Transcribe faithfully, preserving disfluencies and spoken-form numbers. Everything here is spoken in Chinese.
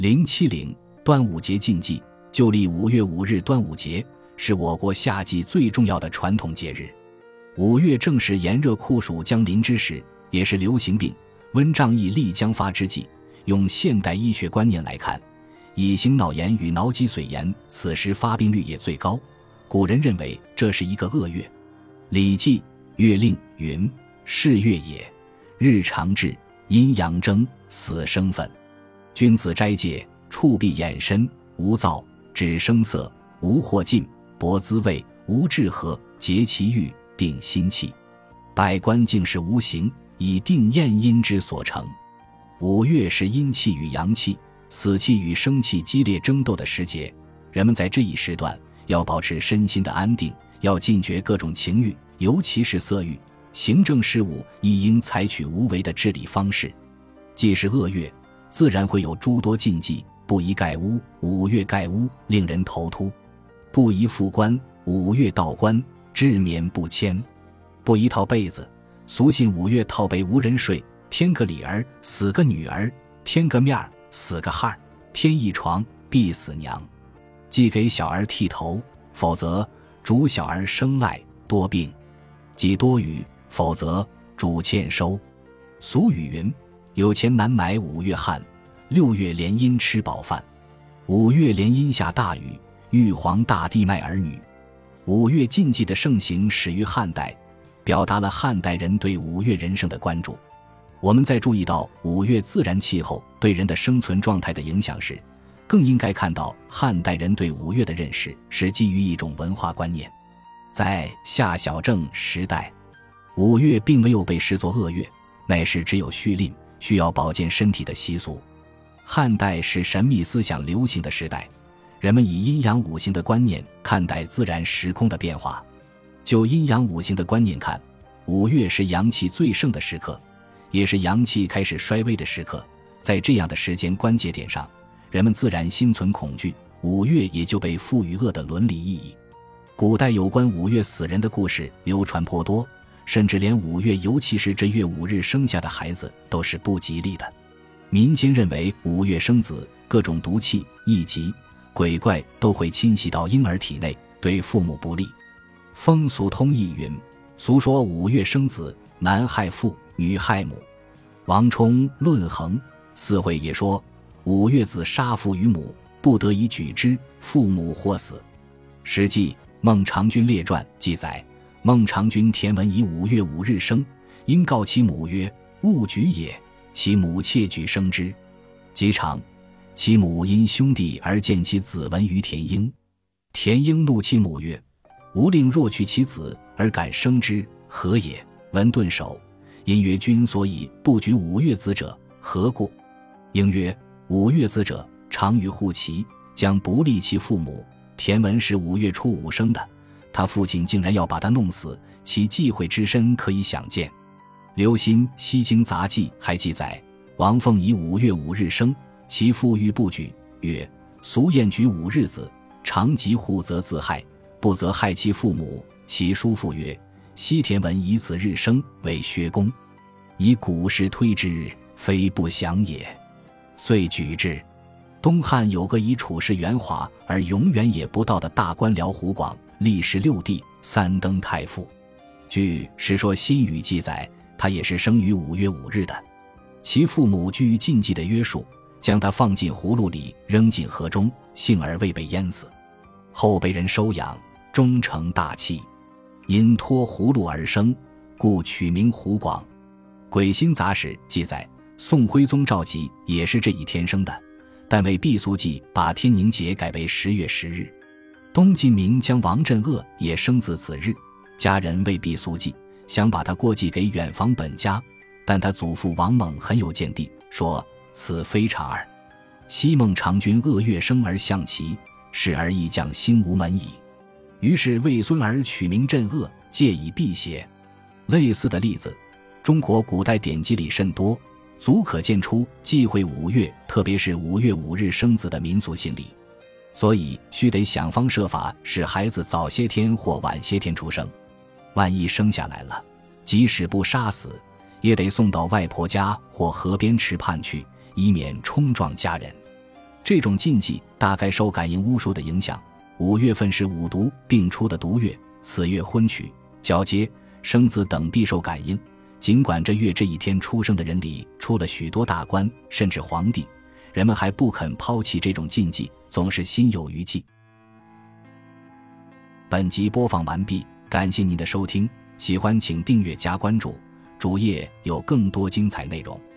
零七零端午节禁忌，旧历五月五日端午节是我国夏季最重要的传统节日。五月正是炎热酷暑将临之时，也是流行病、温瘴疫历将发之际。用现代医学观念来看，乙型脑炎与脑脊髓炎此时发病率也最高，古人认为这是一个恶月。礼记月令云：是月也，日长至，阴阳争，死生分。君子斋戒，触闭眼身，无躁，止声色，无惑进，博滋味，无滞和，节其欲，定心气。百官敬事无形，以定验阴之所成。五月是阴气与阳气、死气与生气激烈争斗的时节，人们在这一时段要保持身心的安定，要禁绝各种情欲，尤其是色欲。行政事务亦应采取无为的治理方式。既是恶月，自然会有诸多禁忌，不宜盖屋，五月盖屋令人头秃；不宜复冠，五月道冠，治眠不迁；不宜套被子，俗信五月套被无人睡，添个里儿死个女儿，添个面儿死个汉儿，添一床必死娘。忌给小儿剃头，否则主小儿生赖多病；忌多雨，否则主欠收。俗语云：有钱难买五月旱，六月连阴吃饱饭。五月连阴下大雨，玉皇大帝卖儿女。五月禁忌的盛行始于汉代，表达了汉代人对五月人生的关注。我们在注意到五月自然气候对人的生存状态的影响时，更应该看到汉代人对五月的认识是基于一种文化观念。在夏小正时代，五月并没有被视作恶月，那时只有畜令，需要保健身体的习俗。汉代是神秘思想流行的时代，人们以阴阳五行的观念看待自然时空的变化。就阴阳五行的观念看，五月是阳气最盛的时刻，也是阳气开始衰微的时刻。在这样的时间关节点上，人们自然心存恐惧，五月也就被赋予恶的伦理意义。古代有关五月死人的故事流传颇多，甚至连五月尤其是这月五日生下的孩子都是不吉利的。民间认为五月生子，各种毒气、疫疾、鬼怪都会侵袭到婴儿体内，对父母不利。风俗通义云：俗说五月生子，男害父，女害母。王充《论衡》四会也说，五月子杀父与母，不得已举之，父母或死。史记《孟尝君列传》记载，孟尝君田文以五月五日生，因告其母曰：勿举也。其母窃举生之。及长，其母因兄弟而见其子文于田婴。田婴怒其母曰：吾令若取其子而敢生之，何也？文顿首，因曰：君所以不举五月子者，何故？婴曰：五月子者，常与护其，将不利其父母。田文是五月初五生的，他父亲竟然要把他弄死，其忌讳之深可以想见。刘歆《西京杂记》还记载，王凤以五月五日生，其父欲不举，曰：俗谚举五日子，常及户则自害，不则害其父母。其叔父曰：西田文以此日生，为薛公，以古时推之，非不祥也，遂举之。东汉有个以处事圆滑而永远也不到的大官僚胡广，历时六帝，三登太傅。据《世说新语》记载，他也是生于五月五日的。其父母居于禁忌的约束，将他放进葫芦里，扔进河中，幸而未被淹死。后被人收养，终成大器。因托葫芦而生，故取名胡广。鬼星杂史记载，宋徽宗赵佶也是这一天生的，但为避俗忌，把天宁节改为十月十日。东晋名将王镇恶也生自此日，家人为避俗忌，想把他过继给远房本家，但他祖父王猛很有见地，说此非常耳。昔孟尝君恶月生而象其，是而亦将兴无门矣。于是为孙儿取名镇恶，借以辟邪。类似的例子，中国古代典籍里甚多，足可见出忌讳五月，特别是五月五日生子的民俗心理。所以须得想方设法使孩子早些天或晚些天出生。万一生下来了，即使不杀死，也得送到外婆家或河边池畔去，以免冲撞家人。 这种禁忌大概受感应巫术的影响，五月份是五毒并出的毒月，此月婚娶、交接、生子等必受感应。尽管这月这一天出生的人里出了许多大官，甚至皇帝，人们还不肯抛弃这种禁忌，总是心有余悸。本集播放完毕，感谢您的收听，喜欢请订阅加关注，主页有更多精彩内容。